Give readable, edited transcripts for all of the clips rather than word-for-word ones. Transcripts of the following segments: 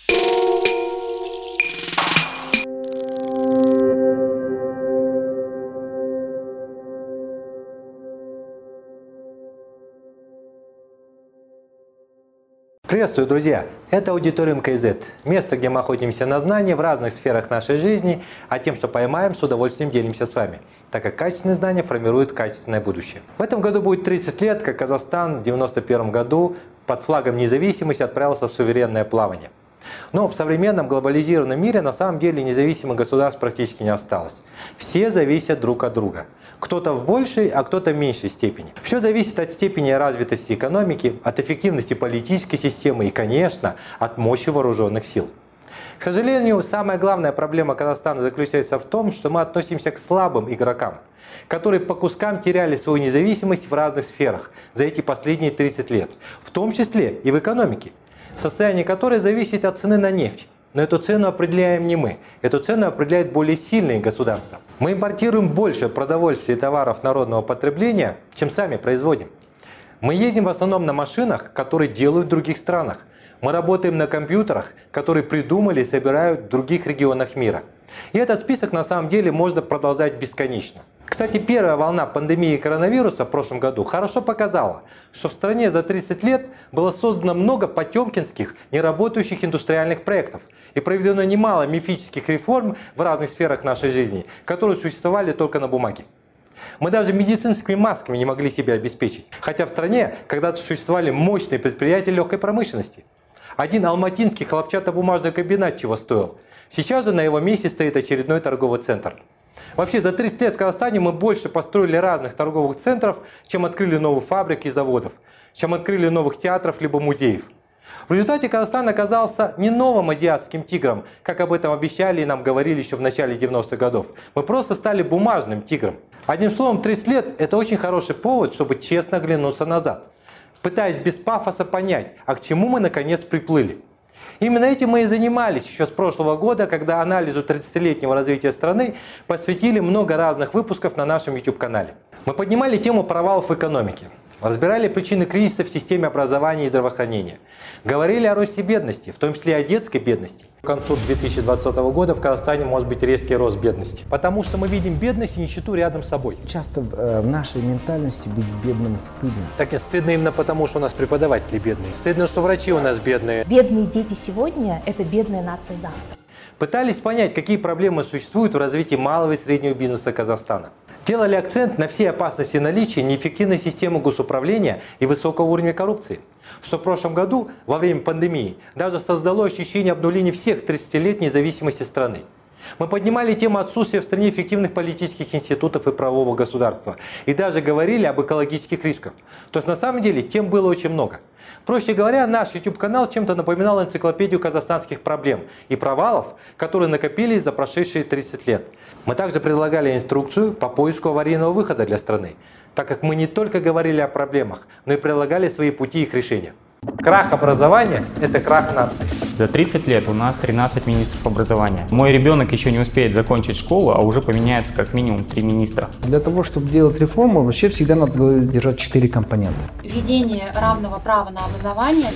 Приветствую, друзья! Это Аудиториум КЗ. Место, где мы охотимся на знания в разных сферах нашей жизни, а тем, что поймаем, с удовольствием делимся с вами, так как качественные знания формируют качественное будущее. В этом году будет 30 лет, как Казахстан в 1991 году под флагом независимости отправился в суверенное плавание. Но в современном глобализированном мире на самом деле независимых государств практически не осталось. Все зависят друг от друга. Кто-то в большей, а кто-то в меньшей степени. Все зависит от степени развитости экономики, от эффективности политической системы и, конечно, от мощи вооруженных сил. К сожалению, самая главная проблема Казахстана заключается в том, что мы относимся к слабым игрокам, которые по кускам теряли свою независимость в разных сферах за эти последние 30 лет, в том числе и в экономике, состояние которой зависит от цены на нефть. Но эту цену определяем не мы. Эту цену определяют более сильные государства. Мы импортируем больше продовольствия и товаров народного потребления, чем сами производим. Мы ездим в основном на машинах, которые делают в других странах. Мы работаем на компьютерах, которые придумали и собирают в других регионах мира. И этот список на самом деле можно продолжать бесконечно. Кстати, первая волна пандемии коронавируса в прошлом году хорошо показала, что в стране за 30 лет было создано много потемкинских, неработающих индустриальных проектов и проведено немало мифических реформ в разных сферах нашей жизни, которые существовали только на бумаге. Мы даже медицинскими масками не могли себя обеспечить, хотя в стране когда-то существовали мощные предприятия легкой промышленности. Один алматинский хлопчатобумажный комбинат чего стоил. Сейчас же на его месте стоит очередной торговый центр. Вообще за 30 лет в Казахстане мы больше построили разных торговых центров, чем открыли новых фабрик и заводов, чем открыли новых театров либо музеев. В результате Казахстан оказался не новым азиатским тигром, как об этом обещали и нам говорили еще в начале 90-х годов. Мы просто стали бумажным тигром. Одним словом, 30 лет – это очень хороший повод, чтобы честно оглянуться назад, пытаясь без пафоса понять, а к чему мы наконец приплыли. Именно этим мы и занимались еще с прошлого года, когда анализу 30-летнего развития страны посвятили много разных выпусков на нашем YouTube-канале. Мы поднимали тему провалов в экономике, разбирали причины кризиса в системе образования и здравоохранения, говорили о росте бедности, в том числе и о детской бедности. К концу 2020 года в Казахстане может быть резкий рост бедности, потому что мы видим бедность и нищету рядом с собой. Часто в нашей ментальности быть бедным стыдно. Так нет, стыдно именно потому, что у нас преподаватели бедные. Стыдно, что врачи у нас бедные. Бедные дети сегодня – это бедная нация завтра. Пытались понять, какие проблемы существуют в развитии малого и среднего бизнеса Казахстана. Делали акцент на все опасности наличия неэффективной системы госуправления и высокого уровня коррупции, что в прошлом году, во время пандемии, даже создало ощущение обнуления всех 30-летней независимости страны. Мы поднимали тему отсутствия в стране эффективных политических институтов и правового государства. И даже говорили об экологических рисках. То есть на самом деле тем было очень много. Проще говоря, наш YouTube-канал чем-то напоминал энциклопедию казахстанских проблем и провалов, которые накопились за прошедшие 30 лет. Мы также предлагали инструкцию по поиску аварийного выхода для страны, так как мы не только говорили о проблемах, но и предлагали свои пути их решения. Крах образования – это крах нации. За 30 лет у нас 13 министров образования. Мой ребенок еще не успеет закончить школу, а уже поменяется как минимум 3 министра. Для того, чтобы делать реформу, вообще всегда надо держать 4 компонента. Введение равного права на образование.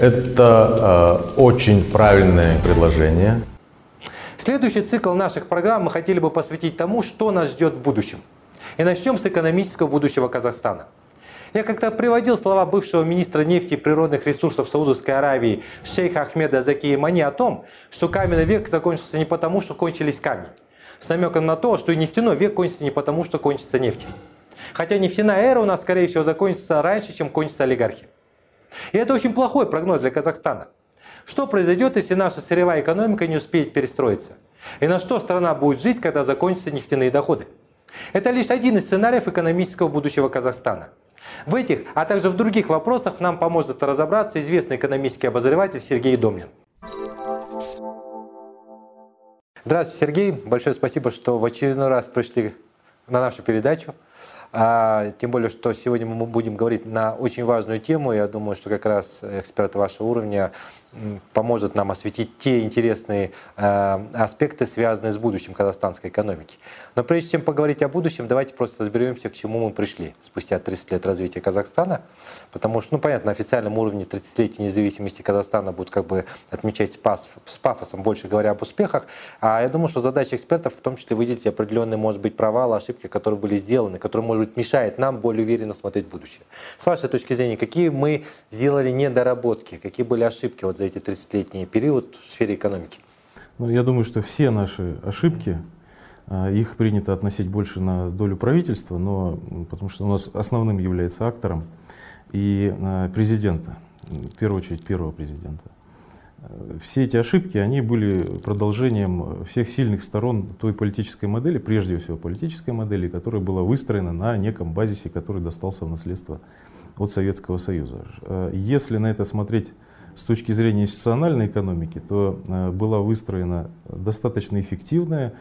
Это очень правильное предложение. Следующий цикл наших программ мы хотели бы посвятить тому, что нас ждет в будущем. И начнем с экономического будущего Казахстана. Я как-то приводил слова бывшего министра нефти и природных ресурсов Саудовской Аравии шейха Ахмеда Закия Мани о том, что каменный век закончился не потому, что кончились камни, с намеком на то, что и нефтяной век кончится не потому, что кончится нефть. Хотя нефтяная эра у нас, скорее всего, закончится раньше, чем кончится олигархия. И это очень плохой прогноз для Казахстана. Что произойдет, если наша сырьевая экономика не успеет перестроиться? И на что страна будет жить, когда закончатся нефтяные доходы? Это лишь один из сценариев экономического будущего Казахстана. В этих, а также в других вопросах нам поможет разобраться известный экономический обозреватель Сергей Домнин. Здравствуйте, Сергей. Большое спасибо, что в очередной раз пришли на нашу передачу. Тем более, что сегодня мы будем говорить на очень важную тему. Я думаю, что как раз эксперт вашего уровня поможет нам осветить те интересные аспекты, связанные с будущим казахстанской экономики. Но прежде чем поговорить о будущем, давайте просто разберемся, к чему мы пришли спустя 30 лет развития Казахстана. Потому что, понятно, на официальном уровне 30-летия независимости Казахстана будут как бы отмечать с пафосом, больше говоря об успехах. А я думаю, что задача экспертов в том числе выделить определенные, может быть, провалы, ошибки, которые были сделаны, которые, может быть, мешают нам более уверенно смотреть в будущее. С вашей точки зрения, какие мы сделали недоработки, какие были ошибки вот за эти 30-летний период в сфере экономики? Ну, я думаю, что все наши ошибки, их принято относить больше на долю правительства, но потому что у нас основным является актором и президента, в первую очередь первого президента. Все эти ошибки, они были продолжением всех сильных сторон той политической модели, прежде всего политической модели, которая была выстроена на неком базисе, который достался в наследство от Советского Союза. Если на это смотреть с точки зрения институциональной экономики, то была выстроена достаточно эффективная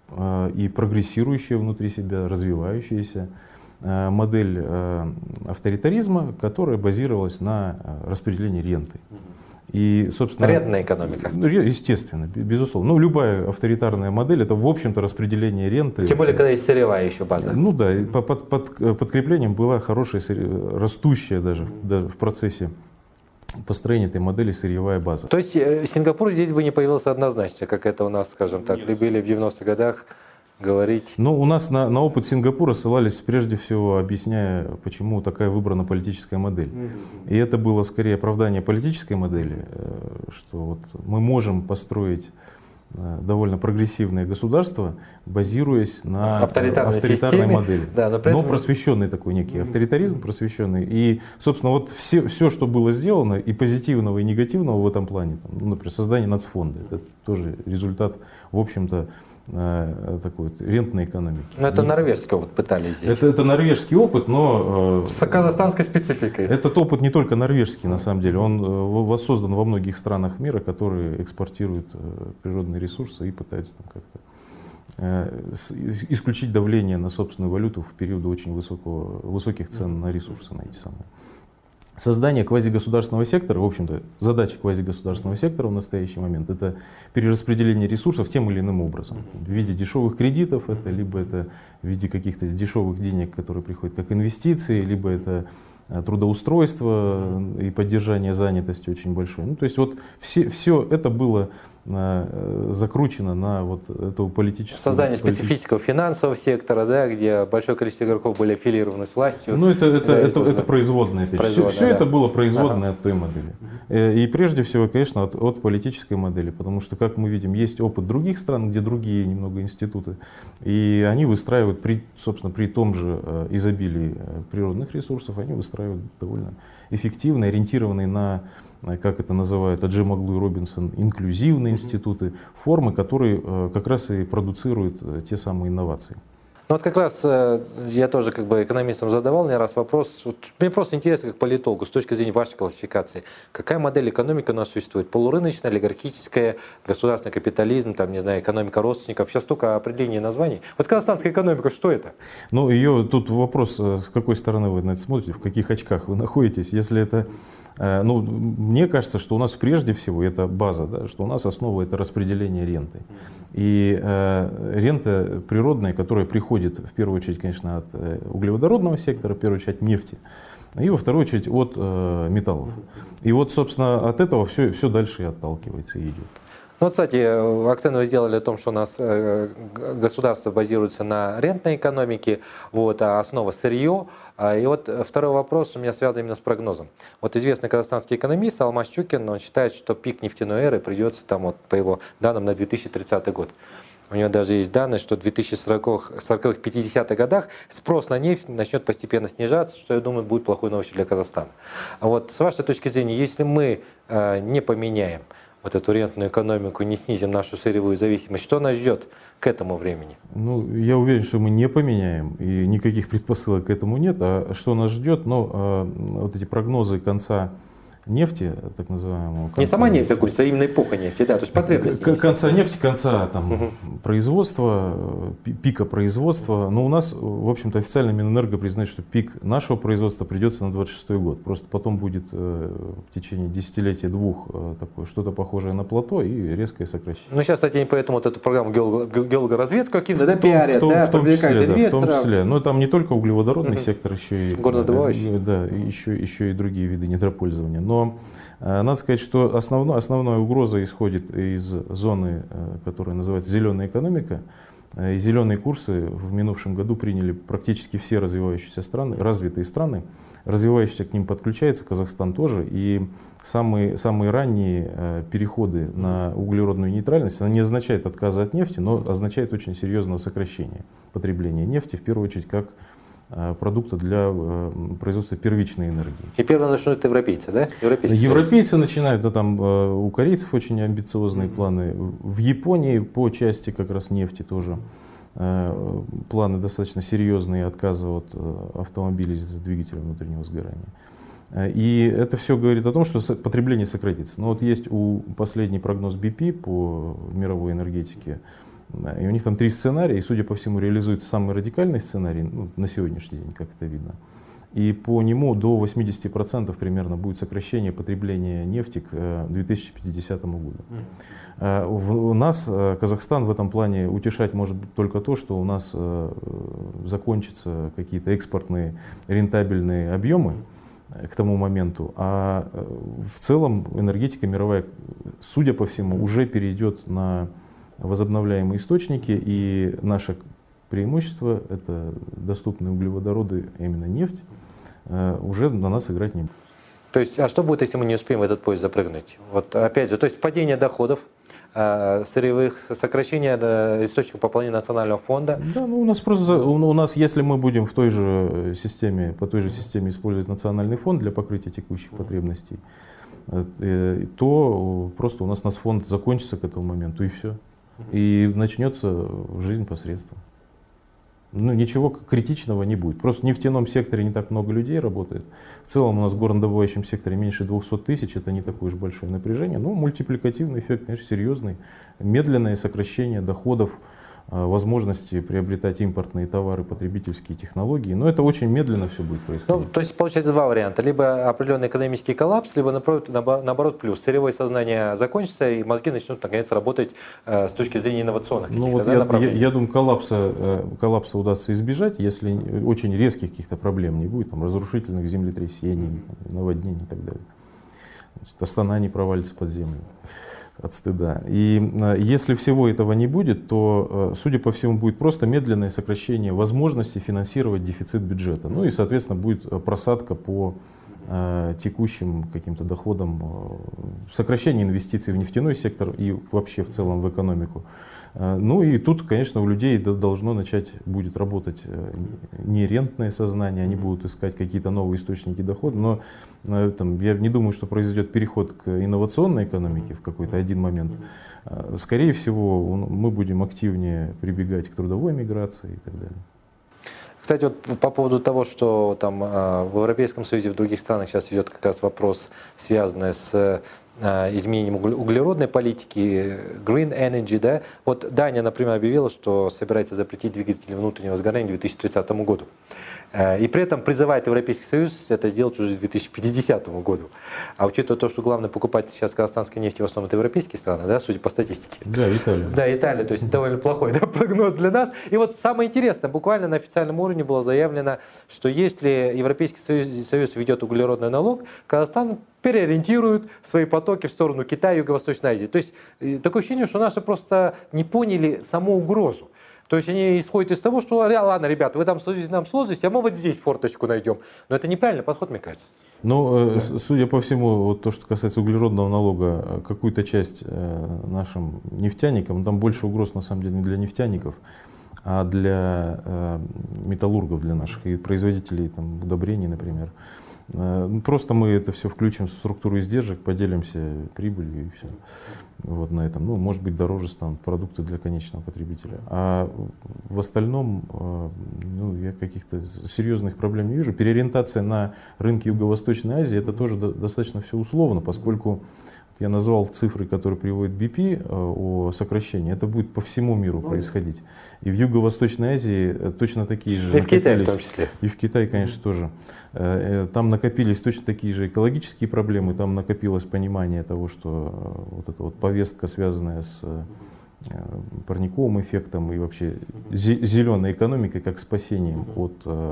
и прогрессирующая внутри себя, развивающаяся модель авторитаризма, которая базировалась на распределении ренты. И, собственно, рентная экономика. Естественно, безусловно. Ну, любая авторитарная модель — это, в общем-то, распределение ренты. Тем более, когда есть сырьевая еще база. Ну да, и под подкреплением была хорошая, растущая даже в процессе построения этой модели сырьевая база. То есть Сингапур здесь бы не появился однозначно, как это у нас, скажем так, любили в 90-х годах говорить. Ну, у нас на опыт Сингапура ссылались прежде всего, объясняя, почему такая выбрана политическая модель. И это было скорее оправдание политической модели, что вот мы можем построить довольно прогрессивное государство, базируясь на авторитарной модели. Да, но просвещенный такой некий авторитаризм, просвещенный. И, собственно, вот все, что было сделано, и позитивного, и негативного в этом плане, там, ну, например, создание нацфонда, это тоже результат, в общем-то, такой вот рентной экономики. Но это норвежский опыт пытались здесь. Это норвежский опыт, но... С казахстанской спецификой. Этот опыт не только норвежский, на самом деле. Он воссоздан во многих странах мира, которые экспортируют природные ресурсы и пытаются там как-то исключить давление на собственную валюту в периоды очень высоких цен на ресурсы, на эти самые. Создание квазигосударственного сектора, в общем-то, задача квазигосударственного сектора в настоящий момент — это перераспределение ресурсов тем или иным образом. В виде дешевых кредитов, либо это в виде каких-то дешевых денег, которые приходят как инвестиции, либо это трудоустройство и поддержание занятости очень большой. Ну, то есть вот все это было закручено на вот эту политическую... Создание специфического финансового сектора, да, где большое количество игроков были аффилированы с властью. Ну, это производное. Все это было производное от той модели. И прежде всего, конечно, от политической модели, потому что, как мы видим, есть опыт других стран, где другие немного институты, и они выстраивают, собственно, при том же изобилии природных ресурсов, они выстраивают довольно эффективные, ориентированные на, как это называют Аджемоглу и Робинсон, инклюзивные институты, формы, которые как раз и продуцируют те самые инновации. Ну вот как раз я тоже как бы экономистам задавал не раз вопрос. Вот мне просто интересно, как политологу, с точки зрения вашей классификации, какая модель экономики у нас существует? Полурыночная, олигархическая, государственный капитализм, там, не знаю, экономика родственников. Сейчас столько определений и названий. Вот казахстанская экономика, что это? Ну, тут вопрос, с какой стороны вы на это смотрите, в каких очках вы находитесь. Если это... Ну, мне кажется, что у нас прежде всего это база, да, что у нас основа — это распределение ренты. И рента природная, которая приходит в первую очередь, конечно, от углеводородного сектора, в первую очередь от нефти, и во вторую очередь от металлов. И вот, собственно, от этого все дальше и отталкивается и идет. Ну, вот, кстати, акцент вы сделали о том, что у нас государство базируется на рентной экономике, вот, а основа сырье. И вот второй вопрос у меня связан именно с прогнозом. Вот известный казахстанский экономист Алмаз Чукин, он считает, что пик нефтяной эры придется, там, вот, по его данным, на 2030 год. У него даже есть данные, что в 2040-х, 50-х годах спрос на нефть начнет постепенно снижаться, что, я думаю, будет плохой новостью для Казахстана. А вот с вашей точки зрения, если мы не поменяем вот эту рентную экономику, не снизим нашу сырьевую зависимость, что нас ждет к этому времени? Ну, я уверен, что мы не поменяем, и никаких предпосылок к этому нет. А что нас ждет? Ну, вот эти прогнозы конца нефти, так называемого. Не сама нефть закончится, а именно эпоха нефти, да, то есть потребность. Конца нефти, конца там, производства, пика производства. Но у нас, в общем-то, официально Минэнерго признает, что пик нашего производства придется на 26-й год. Просто потом будет в течение десятилетия-двух такое что-то похожее на плато и резкое сокращение. Ну, сейчас, кстати, они поэтому вот эту программу геологоразведку каким-то, да, пиарят, да, привлекают инвесторов. В том числе. Но там не только углеводородный сектор, еще и горнодобывающий. Да, еще и другие виды недропользования. Но надо сказать, что основная угроза исходит из зоны, которая называется зеленая экономика. И зеленые курсы в минувшем году приняли практически все развивающиеся страны, развитые страны. Развивающиеся к ним подключается, Казахстан тоже. И самые ранние переходы на углеродную нейтральность, она не означает отказа от нефти, но означает очень серьезного сокращения потребления нефти, в первую очередь как продукта для производства первичной энергии. И первое начнут европейцы, да? Европейцы начинают, да, там у корейцев очень амбициозные планы. В Японии по части как раз нефти тоже планы достаточно серьезные отказа от автомобилей с двигателем внутреннего сгорания. И это все говорит о том, что потребление сократится. Но вот есть последний прогноз BP по мировой энергетике. И у них там 3 сценария, и, судя по всему, реализуется самый радикальный сценарий, ну, на сегодняшний день, как это видно. И по нему до 80% примерно будет сокращение потребления нефти к 2050 году. У нас, Казахстан, в этом плане утешать может быть только то, что у нас закончатся какие-то экспортные рентабельные объемы к тому моменту, а в целом энергетика мировая, судя по всему, уже перейдет на возобновляемые источники, и наше преимущество — это доступные углеводороды, а именно нефть, уже на нас играть не будет. То есть, а что будет, если мы не успеем в этот поезд запрыгнуть? Вот опять же, то есть падение доходов, сырьевых, сокращение источников пополнения национального фонда. Да, ну у нас, если мы будем в той же системе, по той же системе использовать национальный фонд для покрытия текущих потребностей, то просто у нас фонд закончится к этому моменту, и все. И начнется жизнь посредством. Ну, ничего критичного не будет. Просто в нефтяном секторе не так много людей работает. В целом у нас в горнодобывающем секторе меньше 200 тысяч, это не такое уж большое напряжение. Но мультипликативный эффект, конечно, серьезный. Медленное сокращение доходов, возможности приобретать импортные товары, потребительские технологии. Но это очень медленно все будет происходить. Ну, то есть получается 2 варианта. Либо определенный экономический коллапс, либо наоборот плюс. Сырьевое сознание закончится, и мозги начнут наконец работать с точки зрения инновационных каких-то, вот я думаю, коллапса удастся избежать, если очень резких каких-то проблем не будет, там, разрушительных землетрясений, наводнений и так далее. Значит, Астана не провалится под землю от стыда. И если всего этого не будет, то, судя по всему, будет просто медленное сокращение возможности финансировать дефицит бюджета. Ну и, соответственно, будет просадка по текущим каким-то доходам, сокращение инвестиций в нефтяной сектор и вообще в целом в экономику. Ну и тут, конечно, у людей должно начать будет работать нерентное сознание, они будут искать какие-то новые источники дохода, но я не думаю, что произойдет переход к инновационной экономике в какой-то один момент. Скорее всего, мы будем активнее прибегать к трудовой миграции и так далее. Кстати, вот по поводу того, что там в Европейском Союзе, в других странах сейчас идет как раз вопрос, связанный с изменением углеродной политики, green energy, да. Вот Дания, например, объявила, что собирается запретить двигатели внутреннего сгорания к 2030 году. И при этом призывает Европейский Союз это сделать уже к 2050 году. А учитывая то, что главный покупатель сейчас казахстанской нефти в основном это европейские страны, да, судя по статистике. Да, Италия. Да, Италия, то есть довольно плохой, да, прогноз для нас. И вот самое интересное, буквально на официальном уровне было заявлено, что если Европейский Союз введет углеродный налог, Казахстан переориентирует свои потоки в сторону Китая и Юго-Восточной Азии. То есть такое ощущение, что наши просто не поняли саму угрозу. То есть они исходят из того, что ладно, ребята, вы там создадите нам сложности, а мы вот здесь форточку найдем. Но это неправильный подход, мне кажется. Ну, судя по всему, вот то, что касается углеродного налога, какую-то часть нашим нефтяникам, там больше угроз на самом деле не для нефтяников, а для металлургов, для наших и производителей там, удобрений, например. Просто мы это все включим в структуру издержек, поделимся прибылью и все. Вот на этом. Ну, может быть, дороже станут продукты для конечного потребителя. А в остальном ну, я каких-то серьезных проблем не вижу. Переориентация на рынки Юго-Восточной Азии — это тоже достаточно все условно, поскольку я назвал цифры, которые приводит BP о сокращении. Это будет по всему миру происходить. И в Юго-Восточной Азии точно такие же. И в Китае в том числе. И в Китае, конечно, тоже. Там накопились точно такие же экологические проблемы, там накопилось понимание того, что вот эта вот повестка, связанная с парниковым эффектом и вообще зеленой экономикой как спасением от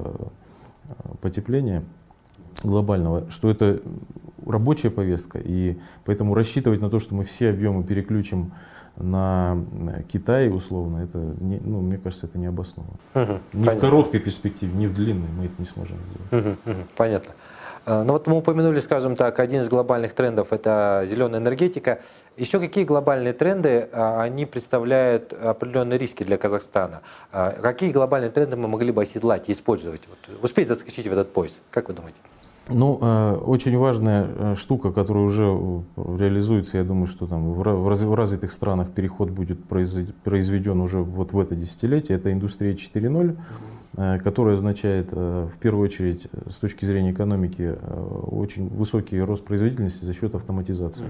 потепления глобального, что это рабочая повестка, и поэтому рассчитывать на то, что мы все объемы переключим на Китай, условно, это, ну, мне кажется, это не обосновано. Ни в короткой перспективе, ни в длинной мы это не сможем сделать. Понятно. Ну вот мы упомянули, скажем так, один из глобальных трендов — это зеленая энергетика. Еще какие глобальные тренды, они представляют определенные риски для Казахстана? Какие глобальные тренды мы могли бы оседлать и использовать? Вот, успеть заскочить в этот пояс, как вы думаете? Ну, очень важная штука, которая уже реализуется, я думаю, что там в развитых странах переход будет произведен уже вот в это десятилетие, это индустрия 4.0, которая означает, в первую очередь, с точки зрения экономики, очень высокий рост производительности за счет автоматизации.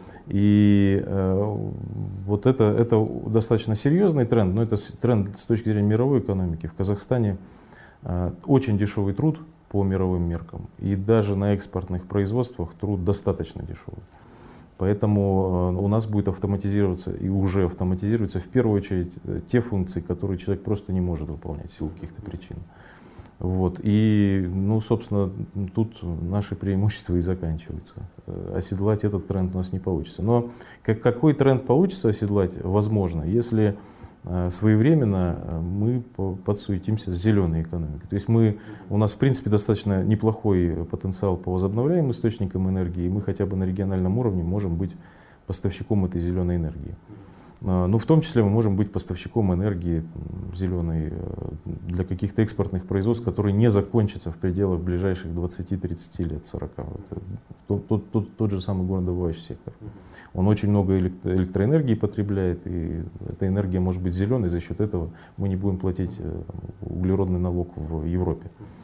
И вот это достаточно серьезный тренд, но это тренд с точки зрения мировой экономики. В Казахстане очень дешевый труд по мировым меркам. И даже на экспортных производствах труд достаточно дешевый. Поэтому у нас будет автоматизироваться и уже автоматизируется в первую очередь те функции, которые человек просто не может выполнять в силу каких-то причин. Вот. И, ну, собственно, тут наши преимущества и заканчиваются. Оседлать этот тренд у нас не получится. Но какой тренд получится оседлать? Возможно, если своевременно мы подсуетимся с зеленой экономикой. То есть у нас в принципе достаточно неплохой потенциал по возобновляемым источникам энергии, и мы хотя бы на региональном уровне можем быть поставщиком этой зеленой энергии. Ну, в том числе мы можем быть поставщиком энергии зеленой для каких-то экспортных производств, которые не закончатся в пределах ближайших 20-30 лет, 40. Тот же самый горнодобывающий сектор. Он очень много электроэнергии потребляет, и эта энергия может быть зеленой, за счет этого мы не будем платить углеродный налог в Европе.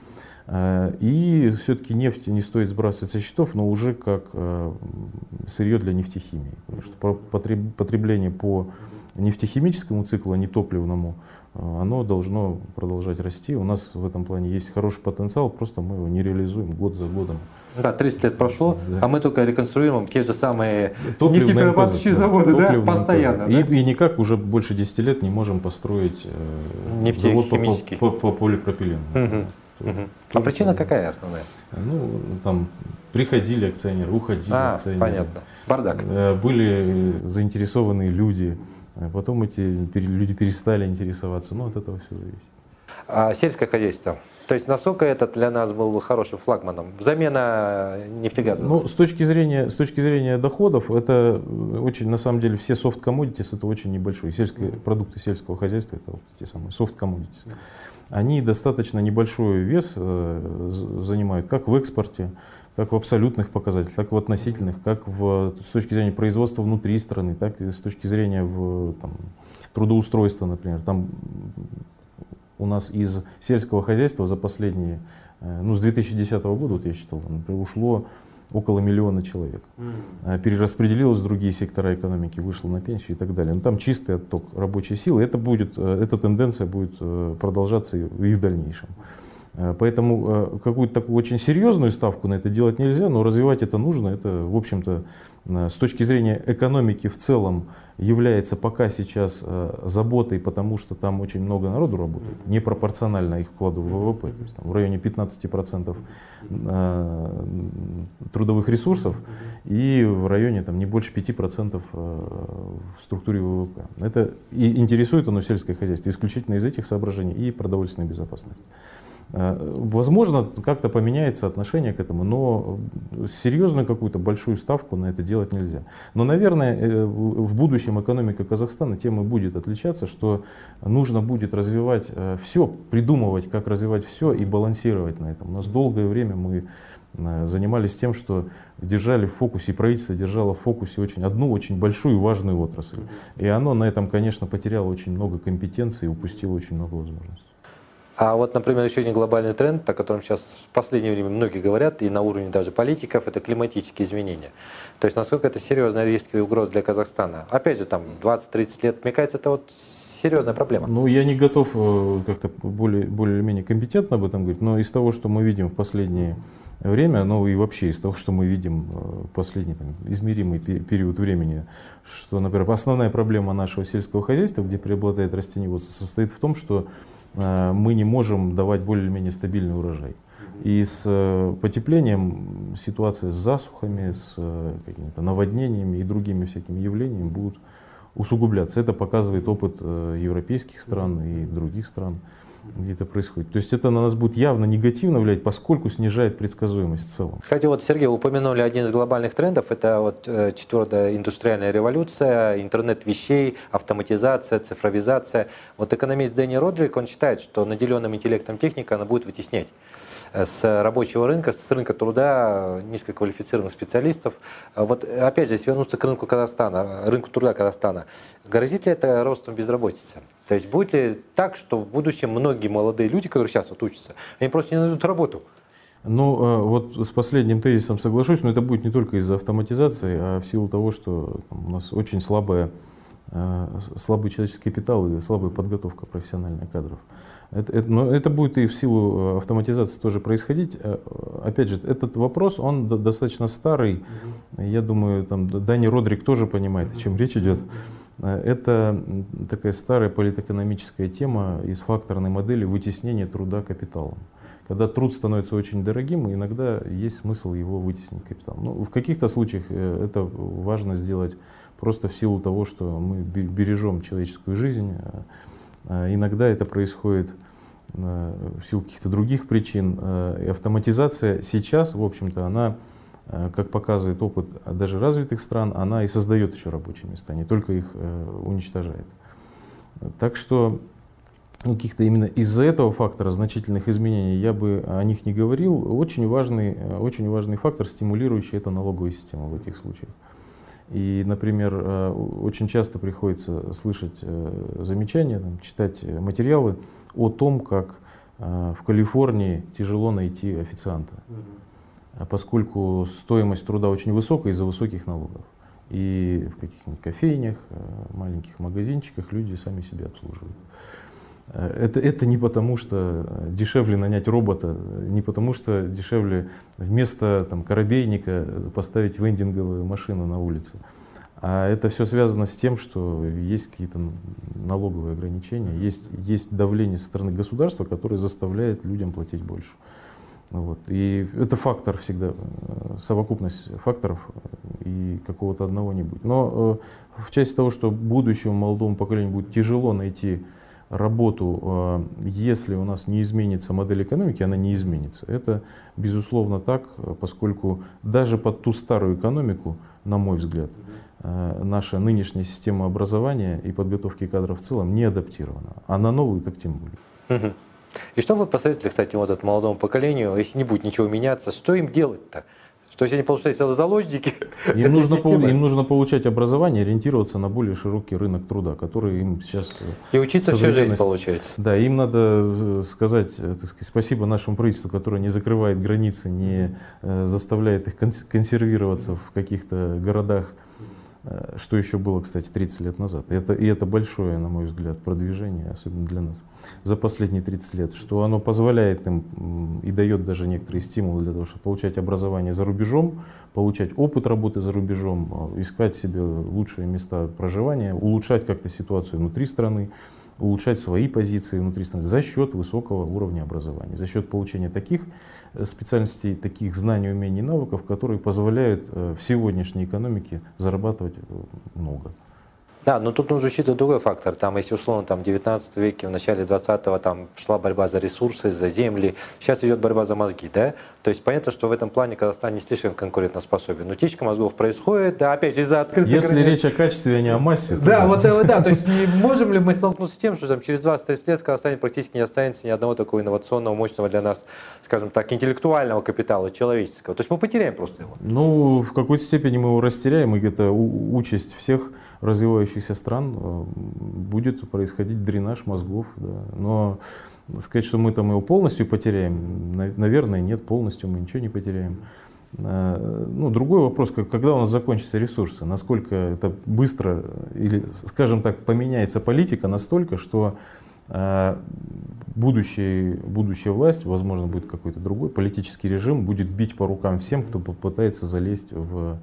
И все-таки нефть не стоит сбрасывать со счетов, но уже как сырье для нефтехимии. Потому что потребление по нефтехимическому циклу, а не топливному, оно должно продолжать расти. У нас в этом плане есть хороший потенциал, просто мы его не реализуем год за годом. Да, 30 лет прошло, да. А мы только реконструируем те же самые нефтеперерабатывающие заводы, да, постоянно. Да? И никак уже больше 10 лет не можем построить завод по полипропилену. А причина какая основная? Ну, там приходили акционеры, уходили акционеры. Понятно. Бардак. Были заинтересованные люди, потом эти люди перестали интересоваться, но от этого все зависит. А сельское хозяйство, то есть насколько это для нас был хорошим флагманом? Замена нефтегазовых? Ну, с точки зрения доходов, это очень, на самом деле, все soft commodities, это очень небольшой. Продукты сельского хозяйства, это вот те самые soft commodities. Они достаточно небольшой вес занимают как в экспорте, как в абсолютных показателях, так и в относительных, как с точки зрения производства внутри страны, так и с точки зрения трудоустройства, например. Там у нас из сельского хозяйства за последние, с 2010 года, вот я считал, например, ушло около 1 миллиона человек. Перераспределилось в другие сектора экономики, вышло на пенсию и так далее. Но там чистый отток рабочей силы. Эта тенденция будет продолжаться и в дальнейшем. Поэтому какую-то такую очень серьезную ставку на это делать нельзя, но развивать это нужно. Это, в общем-то, с точки зрения экономики в целом является пока сейчас заботой, потому что там очень много народу работает, непропорционально их вкладу в ВВП. То есть, там, в районе 15% трудовых ресурсов и в районе там, не больше 5% в структуре ВВП. Это и интересует оно сельское хозяйство исключительно из этих соображений и продовольственной безопасности. Возможно, как-то поменяется отношение к этому, но серьезную какую-то большую ставку на это делать нельзя. Но, наверное, в будущем экономика Казахстана тем и будет отличаться, что нужно будет развивать все, придумывать, как развивать все и балансировать на этом. У нас долгое время мы занимались тем, что держали в фокусе, и правительство держало в фокусе одну очень большую и важную отрасль. И оно на этом, конечно, потеряло очень много компетенций и упустило очень много возможностей. А вот, например, еще один глобальный тренд, о котором сейчас в последнее время многие говорят, и на уровне даже политиков, это климатические изменения. То есть насколько это серьезная риск и угроза для Казахстана. Опять же, там 20-30 лет, мне кажется, это вот серьезная проблема. Ну, я не готов как-то более-менее компетентно об этом говорить, но из того, что мы видим в последнее время, ну и вообще из того, что мы видим в последний измеримый период времени, что, например, основная проблема нашего сельского хозяйства, где преобладает растениеводство, состоит в том, что мы не можем давать более-менее стабильный урожай. И с потеплением ситуация с засухами, с какими-то наводнениями и другими всякими явлениями будут усугубляться. Это показывает опыт европейских стран и других стран, где это происходит. То есть это на нас будет явно негативно влиять, поскольку снижает предсказуемость в целом. Кстати, вот, Сергей, вы упомянули один из глобальных трендов, это вот 4-я индустриальная революция, интернет вещей, автоматизация, цифровизация. Вот экономист Дэнни Родрик, он считает, что наделенным интеллектом техника, она будет вытеснять с рабочего рынка, с рынка труда низкоквалифицированных специалистов. Вот опять же, если вернуться к рынку Казахстана, рынку труда Казахстана, грозит ли это ростом безработицы? То есть будет ли так, что в будущем многие молодые люди, которые сейчас вот учатся, они просто не найдут работу? Ну, вот с последним тезисом соглашусь, но это будет не только из-за автоматизации, а в силу того, что у нас очень слабый человеческий капитал и слабая подготовка профессиональных кадров. Но это будет и в силу автоматизации тоже происходить. Опять же, этот вопрос, он достаточно старый. Я думаю, там Дэнни Родрик тоже понимает, о чем речь идет. Это такая старая политэкономическая тема из факторной модели вытеснения труда капиталом. Когда труд становится очень дорогим, иногда есть смысл его вытеснить капиталом. Ну, в каких-то случаях это важно сделать просто в силу того, что мы бережем человеческую жизнь. Иногда это происходит в силу каких-то других причин. И автоматизация сейчас, в общем-то, она, как показывает опыт даже развитых стран, она и создает еще рабочие места, не только их уничтожает. Так что каких-то именно из-за этого фактора значительных изменений я бы о них не говорил. Очень важный фактор, стимулирующий, это налоговая система в этих случаях. И, например, очень часто приходится слышать замечания, читать материалы о том, как в Калифорнии тяжело найти официанта, поскольку стоимость труда очень высокая из-за высоких налогов. И в каких-нибудь кофейнях, маленьких магазинчиках люди сами себя обслуживают. Это не потому, что дешевле нанять робота, не потому, что дешевле вместо коробейника поставить вендинговую машину на улице. А это все связано с тем, что есть какие-то налоговые ограничения, есть давление со стороны государства, которое заставляет людям платить больше. Вот. И это фактор всегда, совокупность факторов, и какого-то одного не будет. Но в части того, что будущему молодому поколению будет тяжело найти работу, если у нас не изменится модель экономики, она не изменится. Это безусловно так, поскольку даже под ту старую экономику, на мой взгляд, наша нынешняя система образования и подготовки кадров в целом не адаптирована. А на новую так тем более. И что вы посоветуете, кстати, вот этому молодому поколению, если не будет ничего меняться, что им делать-то? Что если они получаются заложники? Им нужно получать образование, ориентироваться на более широкий рынок труда, который им сейчас... И учиться всю жизнь получается. Да, им надо сказать, спасибо нашему правительству, которое не закрывает границы, не заставляет их консервироваться в каких-то городах, что еще было, кстати, 30 лет назад. И это большое, на мой взгляд, продвижение, особенно для нас, за последние 30 лет, что оно позволяет им и дает даже некоторые стимулы для того, чтобы получать образование за рубежом, получать опыт работы за рубежом, искать себе лучшие места проживания, улучшать как-то ситуацию внутри страны, улучшать свои позиции внутри страны за счет высокого уровня образования, за счет получения таких специальностей, таких знаний, умений, навыков, которые позволяют в сегодняшней экономике зарабатывать много. Да, но тут нужно учитывать другой фактор. Там, если условно, там, в 19 веке, в начале 20-го там шла борьба за ресурсы, за земли, сейчас идет борьба за мозги, да? То есть понятно, что в этом плане Казахстан не слишком конкурентоспособен. Но утечка мозгов происходит, да, опять же, из-за открытых Если границ. речь о качестве, а не о массе, то Да, вот да, то есть не можем ли мы столкнуться с тем, что там, через 20-30 лет в Казахстане практически не останется ни одного такого инновационного, мощного для нас, скажем так, интеллектуального капитала человеческого. То есть мы потеряем просто его. Ну, в какой-то степени мы его растеряем, и это участь всех развивающихся стран, будет происходить дренаж мозгов. Да. Но сказать, что мы там его полностью потеряем, наверное, нет, полностью мы ничего не потеряем. Ну, другой вопрос, когда у нас закончатся ресурсы, насколько это быстро или, скажем так, поменяется политика настолько, что будущая власть, возможно, будет какой-то другой политический режим, будет бить по рукам всем, кто попытается залезть в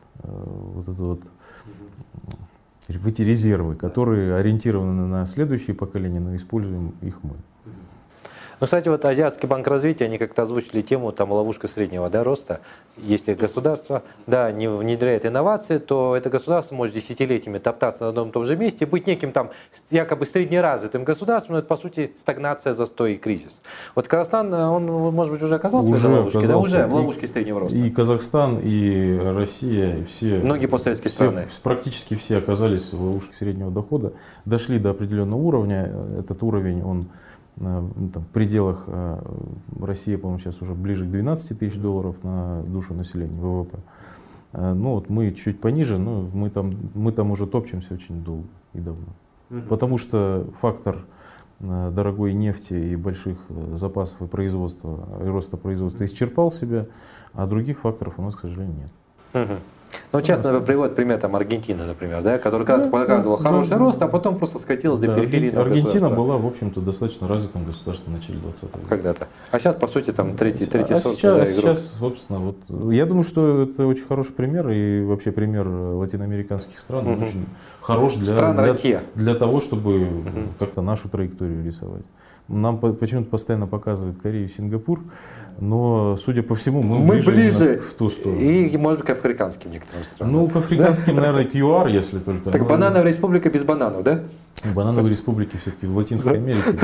эти резервы, которые ориентированы на следующие поколения, но используем их мы. Ну, кстати, вот Азиатский банк развития, они как-то озвучили тему, там, ловушка среднего, да, роста. Если государство, да, не внедряет инновации, то это государство может десятилетиями топтаться на одном и том же месте, быть неким там якобы среднеразвитым государством, но это, по сути, стагнация, застой и кризис. Вот Казахстан, он, может быть, уже оказался в этой ловушке, да, уже в ловушке среднего роста. И Казахстан, и Россия, и все... Многие постсоветские страны. Практически все оказались в ловушке среднего дохода, дошли до определенного уровня, этот уровень, он там, в пределах России, по-моему, сейчас уже ближе к 12 тысяч долларов на душу населения, ВВП. Ну вот мы чуть пониже, но мы там уже топчемся очень долго и давно. Потому что фактор дорогой нефти и больших запасов и производства, и роста производства исчерпал себя, а других факторов у нас, к сожалению, нет. Ну, часто приводит пример там Аргентины, например, да, которая когда-то показывала хороший рост, а потом просто скатилась до периферии. Аргентина была, в общем-то, достаточно развитым государством в начале 20 века. Когда-то. А сейчас, по сути, там третий сорт. Сейчас, собственно, вот, я думаю, что это очень хороший пример, и вообще пример латиноамериканских стран, он очень хорош для того, чтобы как-то нашу траекторию рисовать. Нам почему-то постоянно показывают Корею и Сингапур, но, судя по всему, мы ближе в ту сторону. И, может быть, к африканским некоторым странам. Ну, к африканским, наверное, к ЮАР, если только. Так банановая республика без бананов, да? Банановые республики все-таки в Латинской Америке.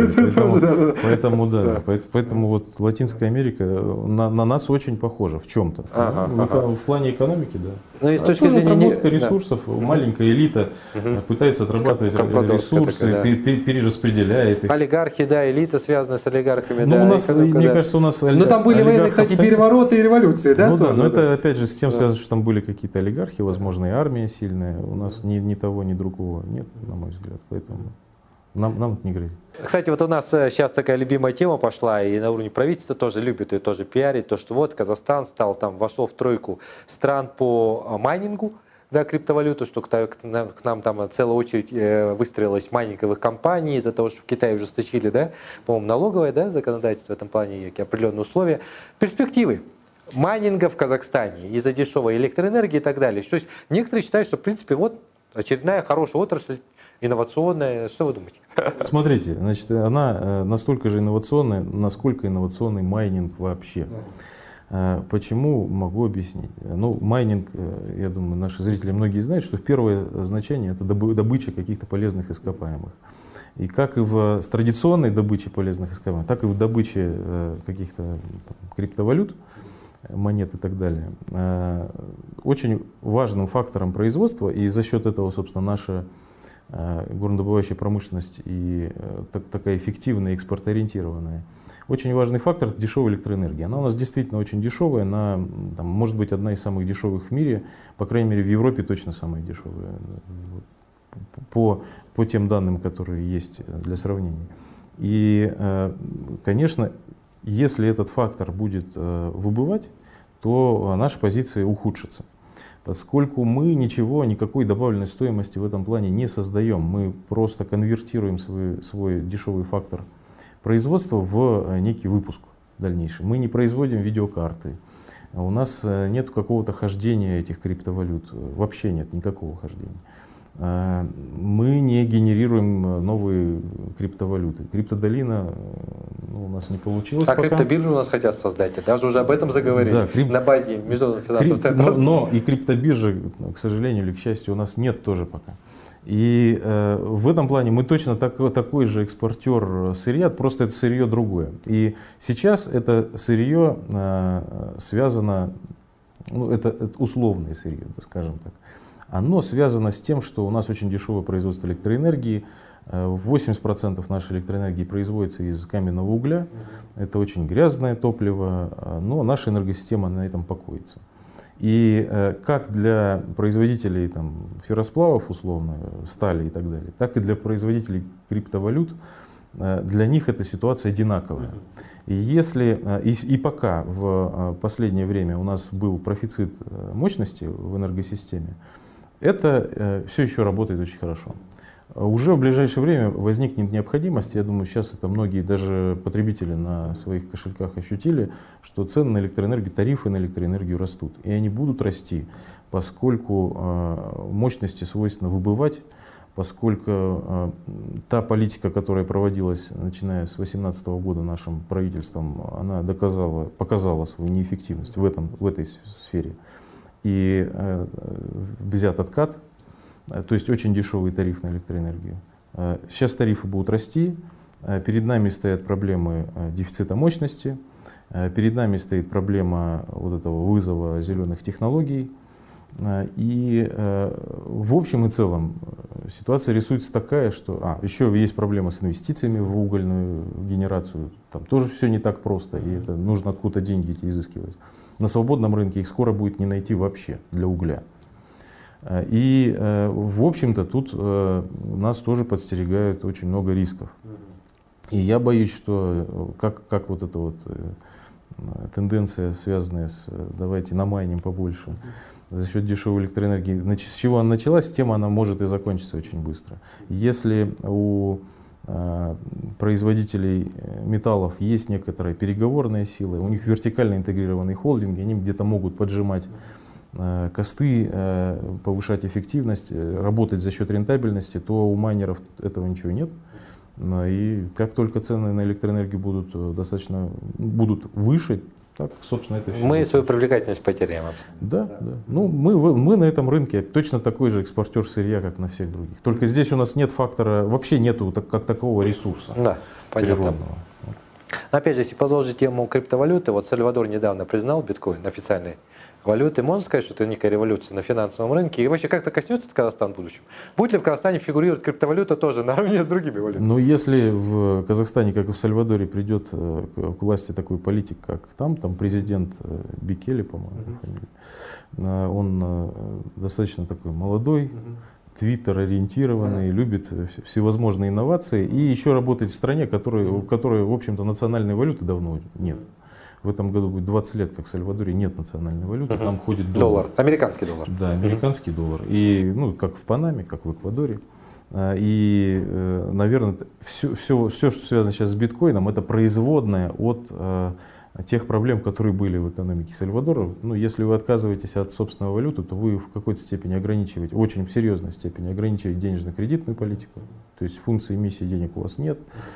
Поэтому вот Латинская Америка на нас очень похожа в чем-то. В плане экономики, да. Ну и с точки зрения отработка ресурсов, маленькая элита пытается отрабатывать ресурсы, перераспределяет их. Олигархи, да, элита связана с олигархами. Ну, у нас, мне кажется, у нас... Ну, там были военные, кстати, перевороты и революции, да? Ну да, но это опять же с тем связано, что там были какие-то олигархи, возможно, и армия сильная. У нас ни того, ни другого нет, на мой взгляд. Поэтому нам это не грозит. Кстати, вот у нас сейчас такая любимая тема пошла, и на уровне правительства тоже любят ее тоже пиарить, то, что вот Казахстан вошел в тройку стран по майнингу, да, криптовалюту, что к нам там целая очередь выстроилась майнинговых компаний из-за того, что в Китае ужесточили, да, по-моему, налоговое, да, законодательство в этом плане, какие определенные условия. Перспективы майнинга в Казахстане из-за дешевой электроэнергии и так далее. То есть некоторые считают, что, в принципе, вот очередная хорошая отрасль, инновационная. Что вы думаете? Смотрите, значит, она настолько же инновационная, насколько инновационный майнинг вообще. Почему, могу объяснить. Ну, майнинг, я думаю, наши зрители многие знают, что первое значение — это добыча каких-то полезных ископаемых. И как и с традиционной добычей полезных ископаемых, так и в добыче каких-то криптовалют, монет и так далее, очень важным фактором производства, и за счет этого, собственно, наша горнодобывающая промышленность и такая эффективная, экспортоориентированная, очень важный фактор — дешевая электроэнергия. Она у нас действительно очень дешевая, она может быть одна из самых дешевых в мире, по крайней мере в Европе точно самая дешевая, по тем данным, которые есть для сравнения. И, конечно, если этот фактор будет выбывать, то наши позиции ухудшатся. Поскольку мы никакой добавленной стоимости в этом плане не создаем, мы просто конвертируем свой дешевый фактор производства в некий выпуск дальнейший. Мы не производим видеокарты, у нас нет какого-то хождения этих криптовалют, вообще нет никакого хождения. Мы не генерируем новые криптовалюты. Криптодолина у нас не получилось. А криптобиржу у нас хотят создать, даже уже об этом заговорили, да, на базе международных финансовых центров. Но и криптобиржи, к сожалению или к счастью, у нас нет тоже пока. И в этом плане мы точно такой же экспортер сырья, просто это сырье другое. И сейчас это сырье связано, ну, это условное сырье, скажем так. Оно связано с тем, что у нас очень дешевое производство электроэнергии. 80% нашей электроэнергии производится из каменного угля. Это очень грязное топливо, но наша энергосистема на этом покоится. И как для производителей там, ферросплавов, условно, стали и так далее, так и для производителей криптовалют, для них эта ситуация одинаковая. И если и пока в последнее время у нас был профицит мощности в энергосистеме, это все еще работает очень хорошо. Уже в ближайшее время возникнет необходимость, я думаю, сейчас это многие даже потребители на своих кошельках ощутили, что цены на электроэнергию, тарифы на электроэнергию растут. И они будут расти, поскольку мощности свойственно выбывать, поскольку та политика, которая проводилась, начиная с 2018 года нашим правительством, она показала свою неэффективность в этой сфере. И взят откат. То есть очень дешевый тариф на электроэнергию. Сейчас тарифы будут расти, перед нами стоят проблемы дефицита мощности, перед нами стоит проблема вот этого вызова зеленых технологий. И в общем и целом ситуация рисуется такая, что еще есть проблема с инвестициями в угольную генерацию. Там тоже все не так просто, и это нужно откуда-то деньги эти изыскивать. На свободном рынке их скоро будет не найти вообще для угля. И, в общем-то, тут нас тоже подстерегают очень много рисков. И я боюсь, что как вот эта вот тенденция, связанная с «давайте намайним побольше», за счет дешевой электроэнергии, с чего она началась, тем она может и закончиться очень быстро. Если у производителей металлов есть некоторая переговорная сила, у них вертикально интегрированные холдинги, они где-то могут поджимать косты, повышать эффективность, работать за счет рентабельности, то у майнеров этого ничего нет. И как только цены на электроэнергию будут выше, так, собственно, это все. Мы свою привлекательность потеряем. Да. Ну, мы на этом рынке точно такой же экспортер сырья, как на всех других. Только здесь у нас нет фактора, вообще нету как такового ресурса. Да, понятно. Природного. Но опять же, если продолжить тему криптовалюты, вот Сальвадор недавно признал биткоин официальной валютой. Можно сказать, что это некая революция на финансовом рынке? И вообще как-то коснется это Казахстан в будущем? Будет ли в Казахстане фигурировать криптовалюта тоже наравне с другими валютами? Ну, если в Казахстане, как и в Сальвадоре, придет к власти такой политик, как там президент Бекеле, по-моему, фамилия, он достаточно такой молодой, твиттер-ориентированный, любит всевозможные инновации и еще работает в стране, в которой, в общем-то, национальной валюты давно нет. В этом году будет 20 лет, как в Сальвадоре нет национальной валюты, там ходит доллар. Американский доллар. Да, американский доллар. И, как в Панаме, как в Эквадоре. И, наверное, все, что связано сейчас с биткоином, это производное от тех проблем, которые были в экономике Сальвадора. Если вы отказываетесь от собственной валюты, то вы в какой-то степени ограничиваете, очень серьезной степени ограничиваете денежно-кредитную политику. То есть функции эмиссии денег у вас нет.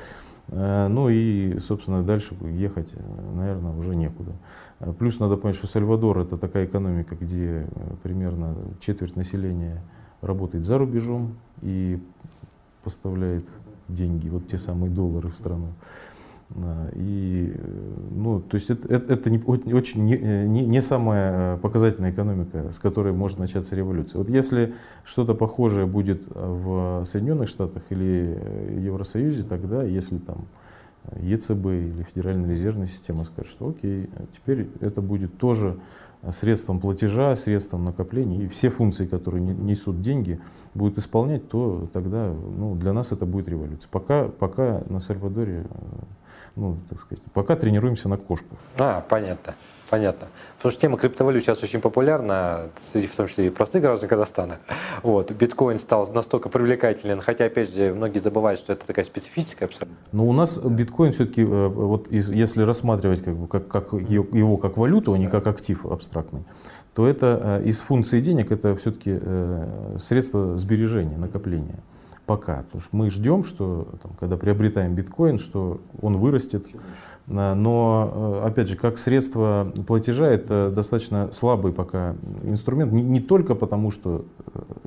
И, собственно, дальше ехать, наверное, уже некуда. Плюс надо понять, что Сальвадор — это такая экономика, где примерно четверть населения работает за рубежом и поставляет деньги, вот те самые доллары в страну. И, то есть это очень не самая показательная экономика, с которой может начаться революция. Вот если что-то похожее будет в Соединенных Штатах или Евросоюзе, тогда, если там ЕЦБ или Федеральная резервная система скажет, что окей, теперь это будет тоже средством платежа, средством накопления, и все функции, которые несут деньги, будут исполнять, то тогда для нас это будет революция. Пока на Сальвадоре, так сказать, пока тренируемся на кошках. Понятно. Потому что тема криптовалют сейчас очень популярна, среди, в том числе и простых граждан Казахстана. Биткоин стал настолько привлекателен, хотя, опять же, многие забывают, что это такая специфическая абсолютно. Но у нас биткоин все-таки, если рассматривать его как валюту, а не как актив абстрактный, то это из функций денег это все-таки средство сбережения, накопления. Пока. Потому что мы ждем, что когда приобретаем биткоин, что он вырастет. Но, опять же, как средство платежа, это достаточно слабый пока инструмент. Не только потому, что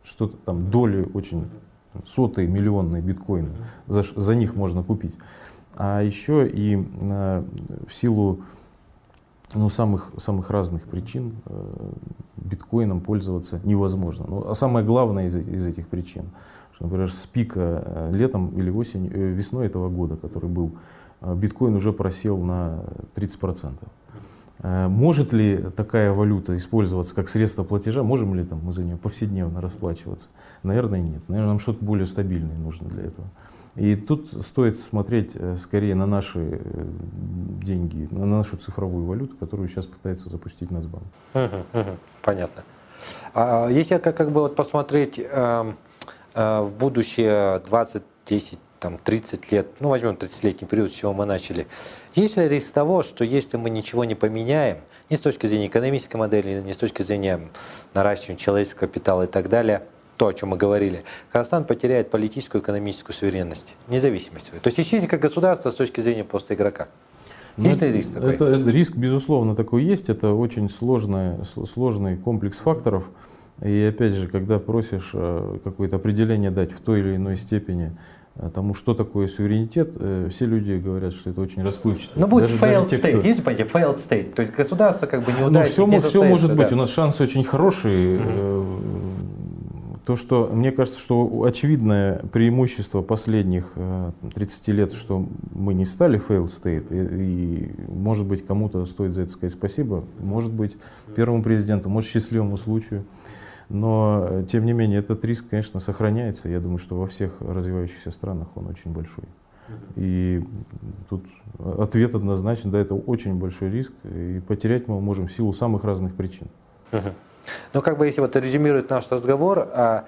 что-то там доли очень сотые, миллионные биткоины, за них можно купить. А еще и в силу самых разных причин биткоином пользоваться невозможно. Ну, а самое главное из этих причин, что, например, с пика летом или весной этого года, который был, биткоин уже просел на 30%. Может ли такая валюта использоваться как средство платежа? Можем ли мы за нее повседневно расплачиваться? Наверное, нет. Наверное, нам что-то более стабильное нужно для этого. И тут стоит смотреть скорее на наши деньги, на нашу цифровую валюту, которую сейчас пытается запустить Нацбанк. Понятно. Если как бы вот посмотреть в будущее 20, 10, 30 лет, ну возьмем 30-летний период, с чего мы начали, есть ли риск того, что если мы ничего не поменяем, ни с точки зрения экономической модели, ни с точки зрения наращивания человеческого капитала и так далее, то, о чем мы говорили, Казахстан потеряет политическую и экономическую суверенность, независимость свою. То есть исчезнет как государство с точки зрения просто игрока. Есть ли риск такой? Риск, безусловно, такой есть. Это очень сложный комплекс факторов. И опять же, когда просишь какое-то определение дать в той или иной степени тому, что такое суверенитет, все люди говорят, что это очень расплывчато. Но будет failed state, есть же понятие failed state, то есть государство как бы неудачно. Все может быть, у нас шансы очень хорошие. То, что, мне кажется, что очевидное преимущество последних 30 лет, что мы не стали failed state, и может быть, кому-то стоит за это сказать спасибо, может быть, первому президенту, может, счастливому случаю. Но, тем не менее, этот риск, конечно, сохраняется. Я думаю, что во всех развивающихся странах он очень большой. И тут ответ однозначен, да, это очень большой риск, и потерять мы можем в силу самых разных причин. Ну, как бы, если вот резюмировать наш разговор,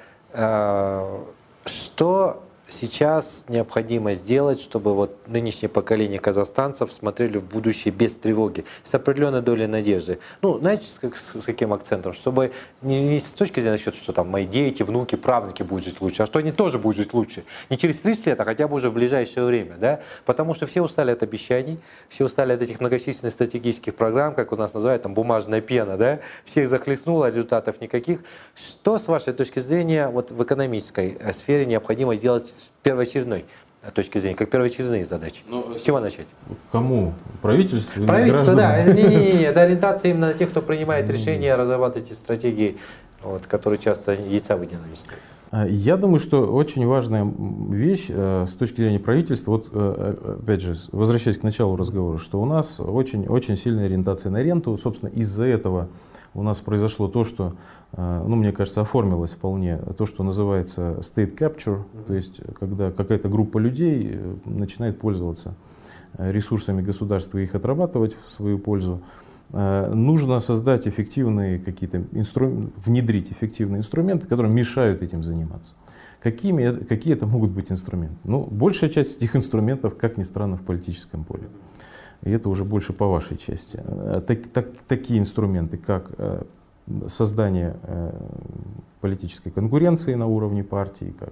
что сейчас необходимо сделать, чтобы вот нынешнее поколение казахстанцев смотрели в будущее без тревоги, с определенной долей надежды? Ну, знаете, с каким акцентом? Чтобы не с точки зрения насчет, что там мои дети, внуки, правнуки будут жить лучше, а что они тоже будут жить лучше. Не через 30 лет, а хотя бы уже в ближайшее время, да? Потому что все устали от обещаний, все устали от этих многочисленных стратегических программ, как у нас называют, там, бумажная пена, да? Всех захлестнуло, результатов никаких. Что, с вашей точки зрения, вот в экономической сфере необходимо сделать с первоочередной точки зрения, как первоочередные задачи? С чего начать? Кому? Правительству? Правительство, да. Не, это ориентация именно на тех, кто принимает решения, разрабатывать эти стратегии, вот, которые часто яйца выеденного не стоят. Я думаю, что очень важная вещь с точки зрения правительства, вот опять же, возвращаясь к началу разговора, что у нас очень сильная ориентация на ренту. Собственно, из-за этого у нас произошло то, что, мне кажется, оформилось вполне, то, что называется state capture, то есть когда какая-то группа людей начинает пользоваться ресурсами государства и их отрабатывать в свою пользу. Нужно создать эффективные какие-то внедрить эффективные инструменты, которые мешают этим заниматься. Какие это могут быть инструменты? Большая часть этих инструментов, как ни странно, в политическом поле. И это уже больше по вашей части. Такие инструменты, как создание политической конкуренции на уровне партии, как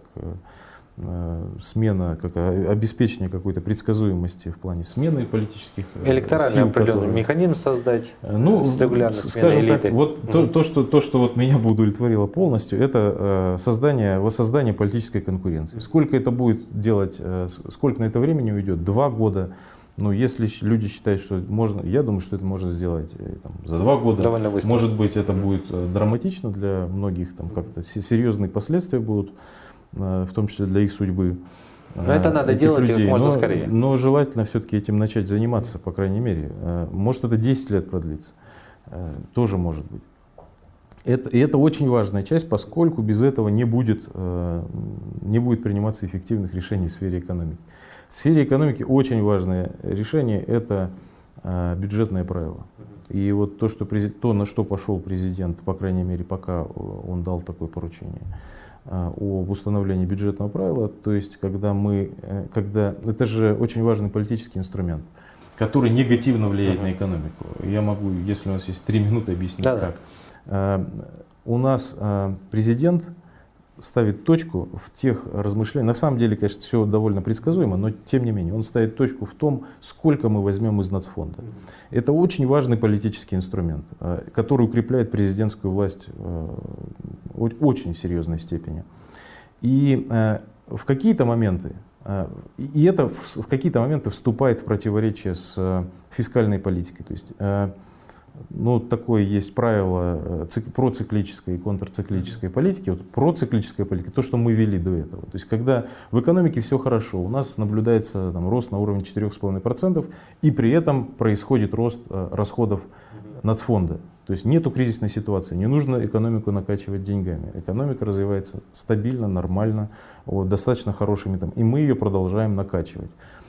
смена, как обеспечение какой-то предсказуемости в плане смены политических электоральный сил, определенный механизм создать с регулярной сменой скажем элиты. Так, вот то, что вот меня бы удовлетворило полностью, это воссоздание политической конкуренции. Сколько это будет делать, сколько на это времени уйдет? 2 года. Если люди считают, что можно, я думаю, что это можно сделать за 2 года. Довольно быстро. Может быть, это будет драматично для многих, как-то серьезные последствия будут, в том числе для их судьбы. Но это надо делать людей. как можно скорее. Но желательно все-таки этим начать заниматься, по крайней мере. Может, это 10 лет продлится. Тоже может быть. И это очень важная часть, поскольку без этого не будет приниматься эффективных решений в сфере экономики. В сфере экономики очень важное решение – это бюджетное правило. И вот то, на что пошел президент, по крайней мере, пока он дал такое поручение, об установлении бюджетного правила, то есть это же очень важный политический инструмент, который негативно влияет на экономику. Я могу, если у нас есть 3 минуты, объяснить как. У нас президент ставит точку в тех размышлениях. На самом деле, конечно, все довольно предсказуемо, но тем не менее, он ставит точку в том, сколько мы возьмем из нацфонда. Это очень важный политический инструмент, который укрепляет президентскую власть в очень серьезной степени. И в какие-то моменты, в какие-то моменты вступает в противоречие с фискальной политикой. То есть, ну, такое есть правило проциклической и контрциклической политики. Вот проциклическая политика, то, что мы вели до этого. То есть, когда в экономике все хорошо, у нас наблюдается там, рост на уровне 4,5%, и при этом происходит рост расходов нацфонда. То есть нету кризисной ситуации, не нужно экономику накачивать деньгами. Экономика развивается стабильно, нормально, вот, достаточно хорошими там, и мы ее продолжаем накачивать.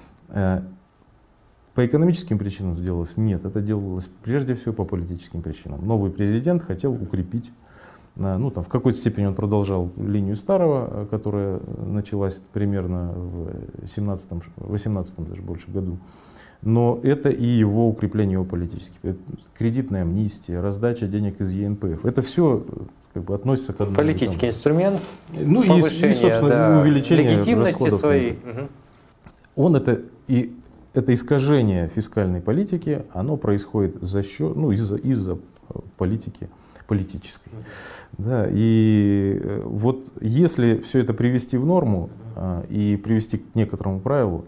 По экономическим причинам это делалось? Нет, это делалось прежде всего по политическим причинам. Новый президент хотел укрепить, ну, там, в какой-то степени он продолжал линию старого, которая началась примерно в 18 даже больше году. Но это и его укрепление его политически. Кредитная амнистия, раздача денег из ЕНПФ. Это все как бы относится к одному. Политический инструмент, ну, повышение, и, собственно, да, увеличение легитимности расходов. своей. Он это искажение фискальной политики, оно происходит за счет, ну, из-за политики политической. Да, и вот если все это привести в норму и привести к некоторому правилу,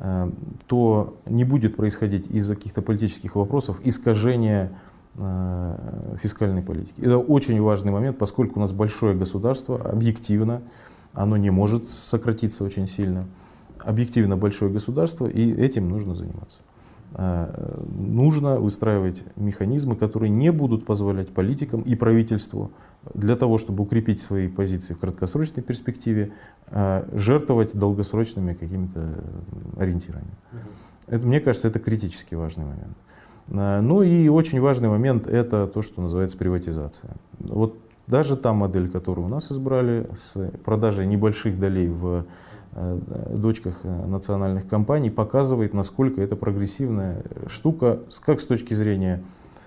то не будет происходить из-за каких-то политических вопросов искажения фискальной политики. Это очень важный момент, поскольку у нас большое государство, объективно, оно не может сократиться очень сильно. Объективно большое государство, и этим нужно заниматься. Нужно выстраивать механизмы, которые не будут позволять политикам и правительству для того, чтобы укрепить свои позиции в краткосрочной перспективе, жертвовать долгосрочными какими-то ориентирами. Это, мне кажется, это критически важный момент. Ну и очень важный момент — это то, что называется приватизация. Вот даже та модель, которую у нас избрали, с продажей небольших долей в дочках национальных компаний, показывает, насколько это прогрессивная штука, как с точки зрения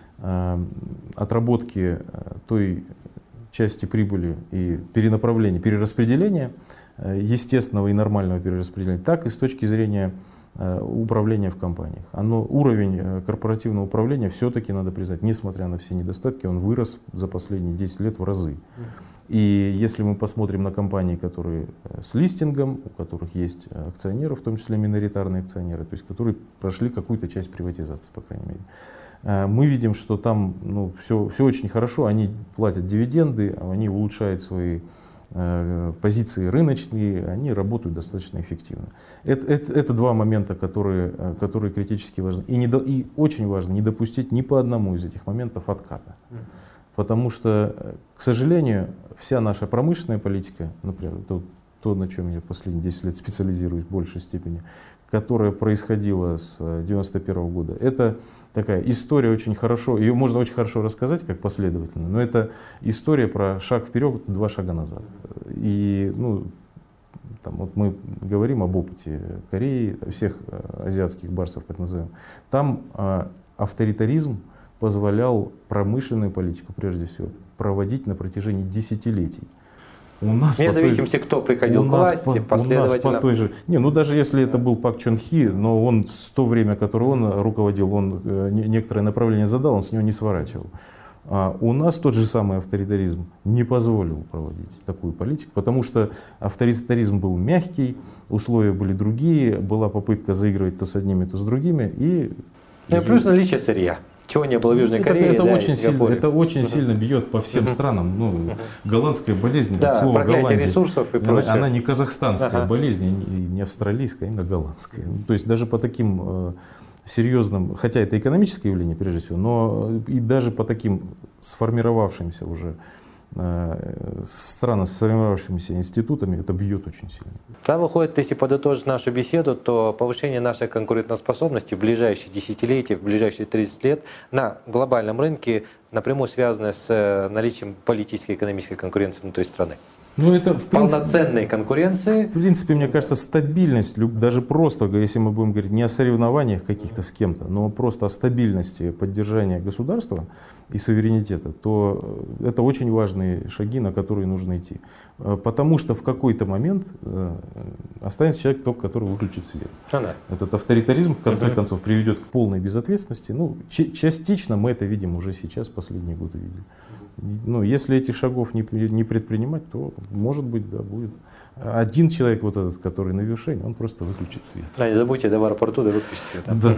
отработки той части прибыли и перенаправления, перераспределения, естественного и нормального перераспределения, так и с точки зрения управления в компаниях. Уровень корпоративного управления все-таки надо признать, несмотря на все недостатки, он вырос за последние 10 лет в разы. И если мы посмотрим на компании, которые с листингом, у которых есть акционеры, в том числе миноритарные акционеры, то есть которые прошли какую-то часть приватизации, по крайней мере, мы видим, что там все очень хорошо, они платят дивиденды, они улучшают свои позиции рыночные, они работают достаточно эффективно. Это два момента, которые критически важны. И очень важно не допустить ни по одному из этих моментов отката. Потому что, к сожалению, вся наша промышленная политика, например, то, на чем я последние 10 лет специализируюсь в большей степени, которая происходила с 1991 года, это такая история очень хорошо, ее можно очень хорошо рассказать как последовательно, но это история про шаг вперед, 2 шага назад. И вот мы говорим об опыте Кореи, всех азиатских барсов, так называемых. Там авторитаризм позволял промышленную политику, прежде всего, проводить на протяжении десятилетий. Вне зависимости, кто приходил к власти, последовательно. Даже если это был Пак Чон Хи, но он в то время, которое он руководил, он некоторое направление задал, он с него не сворачивал. А у нас тот же самый авторитаризм не позволил проводить такую политику, потому что авторитаризм был мягкий, условия были другие, была попытка заигрывать то с одними, то с другими. И плюс наличие сырья. Чего не было в Южной Корее, это очень сильно бьет по всем странам. Голландская болезнь, слово Голландия, ресурсов и прочее. Она не казахстанская болезнь, не австралийская, а именно голландская. То есть даже по таким серьезным, хотя это экономическое явление прежде всего, но и даже по таким сформировавшимся уже странно сформировавшимися институтами это бьет очень сильно. Да, выходит, если подытожить нашу беседу, то повышение нашей конкурентоспособности в ближайшие десятилетия, в ближайшие 30 лет на глобальном рынке напрямую связано с наличием политической и экономической конкуренции внутри страны. Ну, это, в принципе, полноценной конкуренции. в принципе, мне кажется, стабильность, даже просто, если мы будем говорить не о соревнованиях каких-то с кем-то, но просто о стабильности поддержания государства и суверенитета, то это очень важные шаги, на которые нужно идти. Потому что в какой-то момент останется человек только, который выключит свет. Этот авторитаризм, в конце концов, приведет к полной безответственности. Ну, частично мы это видим уже сейчас, последние годы видели. Ну, если этих шагов не предпринимать, то, может быть, да, будет один человек, вот этот, который на вершине, он просто выключит свет. Да, не забудьте, да, в аэропорту, да, выключить свет. Да.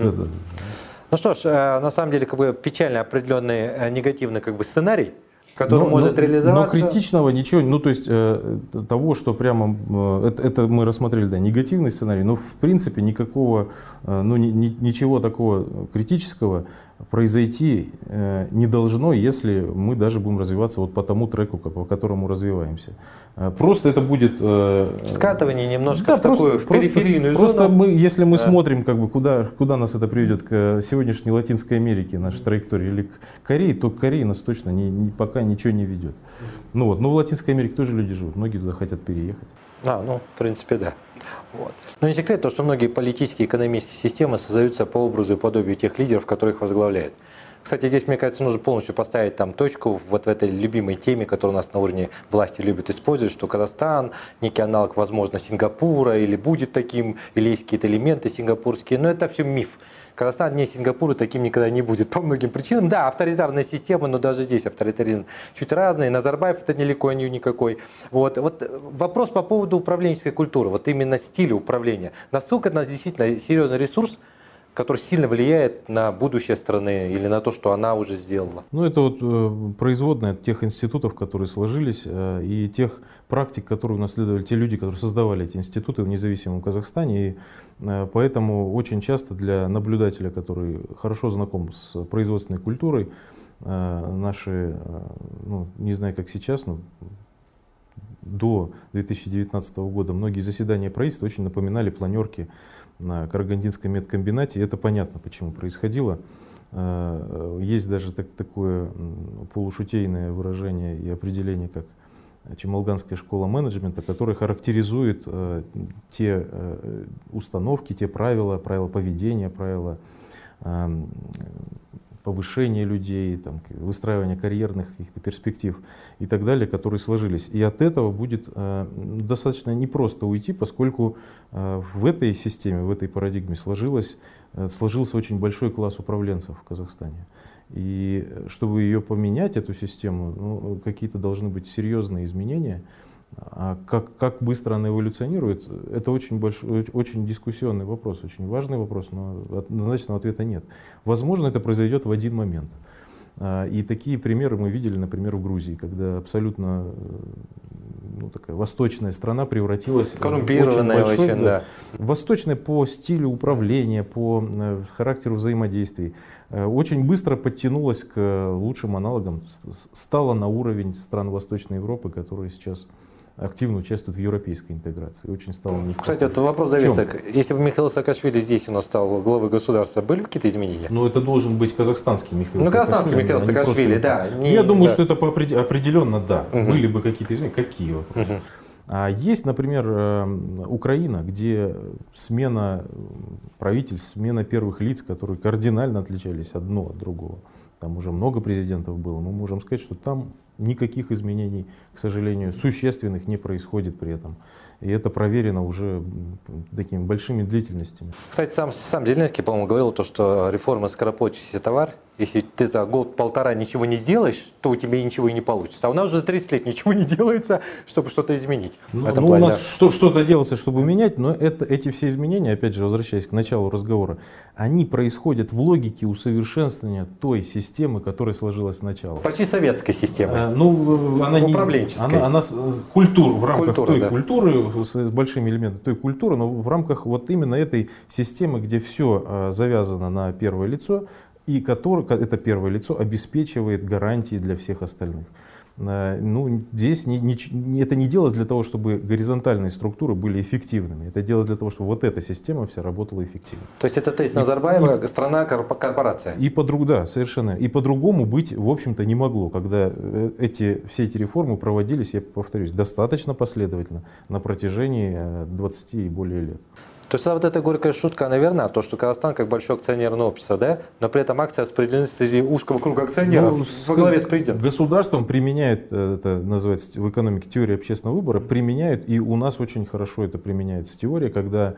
Ну что ж, на самом деле, как бы печально определенный негативный как бы сценарий, который может реализоваться. Но критичного ничего, ну то есть того, что прямо, это мы рассмотрели, да, негативный сценарий, но в принципе никакого, ну ничего такого критического произойти не должно, если мы даже будем развиваться вот по тому треку, по которому развиваемся. Просто это будет скатывание немножко в такую периферийную зону. Просто если мы смотрим, как бы, куда нас это приведет, к сегодняшней Латинской Америке, нашей траектории, или к Корее, то к Корее нас точно пока ничего не ведет. Ну вот, но в Латинской Америке тоже люди живут, многие туда хотят переехать. Ну, в принципе, да. Вот. Но не секрет то, что многие политические и экономические системы создаются по образу и подобию тех лидеров, которые их возглавляют. Кстати, здесь, мне кажется, нужно полностью поставить там точку вот в этой любимой теме, которую у нас на уровне власти любят использовать, что Казахстан, некий аналог, возможно, Сингапура, или будет таким, или есть какие-то элементы сингапурские, но это все миф. Казахстан не Сингапур, таким никогда не будет по многим причинам. Да, авторитарная система, но даже здесь авторитаризм чуть разный. Назарбаев это недалеко не никакой. Вот вопрос по поводу управленческой культуры, вот именно стиля управления. Насколько это у нас действительно серьезный ресурс, который сильно влияет на будущее страны или на то, что она уже сделала? Ну, это вот производная от тех институтов, которые сложились, и тех практик, которые унаследовали те люди, которые создавали эти институты в независимом Казахстане. И поэтому очень часто для наблюдателя, который хорошо знаком с производственной культурой, наши, ну, не знаю, как сейчас, но до 2019 года многие заседания правительства очень напоминали планерки на Карагандинском медкомбинате. И это понятно, почему происходило. Есть даже такое полушутейное выражение и определение, как Чемолганская школа менеджмента, которая характеризует те установки, те правила поведения, правила повышения людей, там, выстраивания карьерных каких-то перспектив и так далее, которые сложились. И от этого будет достаточно непросто уйти, поскольку в этой системе, в этой парадигме сложился очень большой класс управленцев в Казахстане. И чтобы ее поменять, эту систему, ну, какие-то должны быть серьезные изменения. А как быстро она эволюционирует, это очень большой, очень дискуссионный вопрос, очень важный вопрос, но однозначного ответа нет. Возможно, это произойдет в один момент. И такие примеры мы видели, например, в Грузии, когда абсолютно такая восточная страна превратилась в очень большой, восточная по стилю управления, по характеру взаимодействий, очень быстро подтянулась к лучшим аналогам, стала на уровень стран Восточной Европы, которые сейчас активно участвуют в европейской интеграции. Очень стало на них. Кстати, это вопрос зависок. Если бы Михаил Саакашвили здесь у нас стал главой государства, были какие-то изменения? Ну, это должен быть казахстанский Михаил Саакашвили. Ну, казахстанский Михаил Саакашвили, да. Я думаю, что это определенно, да. Были бы какие-то изменения. Какие? А есть, например, Украина, где смена правительств, смена первых лиц, которые кардинально отличались одно от другого. Там уже много президентов было. Мы можем сказать, что там никаких изменений, к сожалению, существенных не происходит при этом. И это проверено уже такими большими длительностями. Кстати, сам Зеленский, по-моему, говорил, что реформа скоропортящийся товар. Если ты за год-полтора ничего не сделаешь, то у тебя ничего и не получится. А у нас уже 30 лет ничего не делается, чтобы что-то изменить. У нас что-то делается, чтобы менять, но эти все изменения, опять же, возвращаясь к началу разговора, они происходят в логике усовершенствования той системы, которая сложилась сначала. Почти советской системы. Она управленческой. Она в рамках той культуры, с большими элементами той культуры, но в рамках вот именно этой системы, где все завязано на первое лицо, и это первое лицо обеспечивает гарантии для всех остальных. Ну, здесь это не делалось для того, чтобы горизонтальные структуры были эффективными. Это делалось для того, чтобы вот эта система вся работала эффективно. То есть это тест Назарбаева, страна, корпорация. Да, совершенно. И по-другому быть, в общем-то, не могло, когда все эти реформы проводились, я повторюсь, достаточно последовательно на протяжении 20 и более лет. То есть вот эта горькая шутка, она верна, то, что Казахстан как большое акционерное общество, да, но при этом акции распределены среди узкого круга акционеров во главе с президентом. Государством применяет, это называется в экономике теория общественного выбора, применяют, и у нас очень хорошо это применяется теория, когда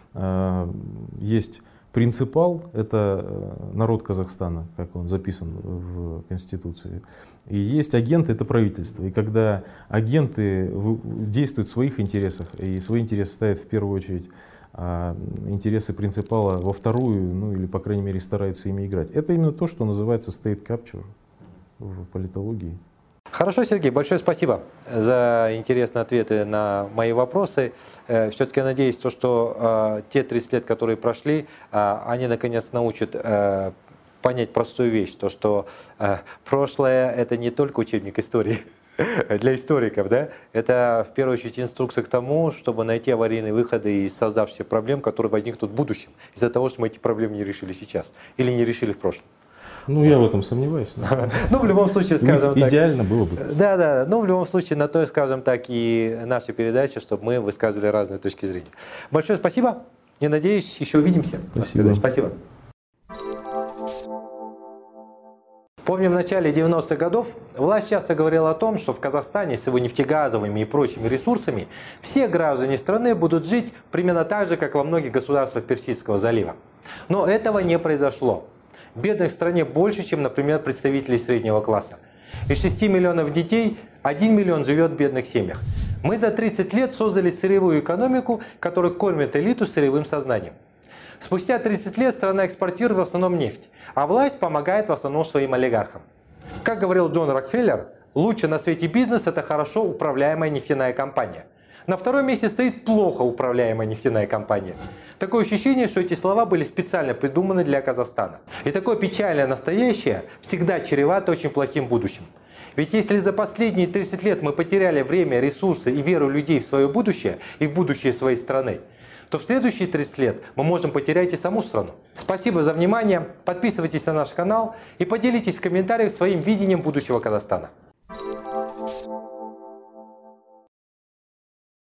есть принципал, это народ Казахстана, как он записан в Конституции, и есть агенты, это правительство. И когда агенты действуют в своих интересах, и свои интересы ставят в первую очередь, а интересы принципала во вторую, ну или, по крайней мере, стараются ими играть. Это именно то, что называется state capture в политологии. Хорошо, Сергей, большое спасибо за интересные ответы на мои вопросы. Все-таки я надеюсь, что те 30 лет, которые прошли, они наконец научат понять простую вещь, то что прошлое — это не только учебник истории. Для историков, да, это в первую очередь инструкция к тому, чтобы найти аварийные выходы из создавшихся проблем, которые возникнут в будущем, из-за того, что мы эти проблемы не решили сейчас или не решили в прошлом. Ну, я в этом сомневаюсь. Ну, в любом случае, скажем так. Идеально было бы. Да, но в любом случае, на то, скажем так, и наша передача, чтобы мы высказывали разные точки зрения. Большое спасибо и надеюсь, еще увидимся. Спасибо. Помним, в начале 90-х годов власть часто говорила о том, что в Казахстане с его нефтегазовыми и прочими ресурсами все граждане страны будут жить примерно так же, как во многих государствах Персидского залива. Но этого не произошло. Бедных в стране больше, чем, например, представителей среднего класса. Из 6 миллионов детей 1 миллион живет в бедных семьях. Мы за 30 лет создали сырьевую экономику, которая кормит элиту сырьевым сознанием. Спустя 30 лет страна экспортирует в основном нефть, а власть помогает в основном своим олигархам. Как говорил Джон Рокфеллер, лучше на свете бизнес – это хорошо управляемая нефтяная компания. На втором месте стоит плохо управляемая нефтяная компания. Такое ощущение, что эти слова были специально придуманы для Казахстана. И такое печальное настоящее всегда чревато очень плохим будущим. Ведь если за последние 30 лет мы потеряли время, ресурсы и веру людей в свое будущее и в будущее своей страны, то в следующие 30 лет мы можем потерять и саму страну. Спасибо за внимание, подписывайтесь на наш канал и поделитесь в комментариях своим видением будущего Казахстана.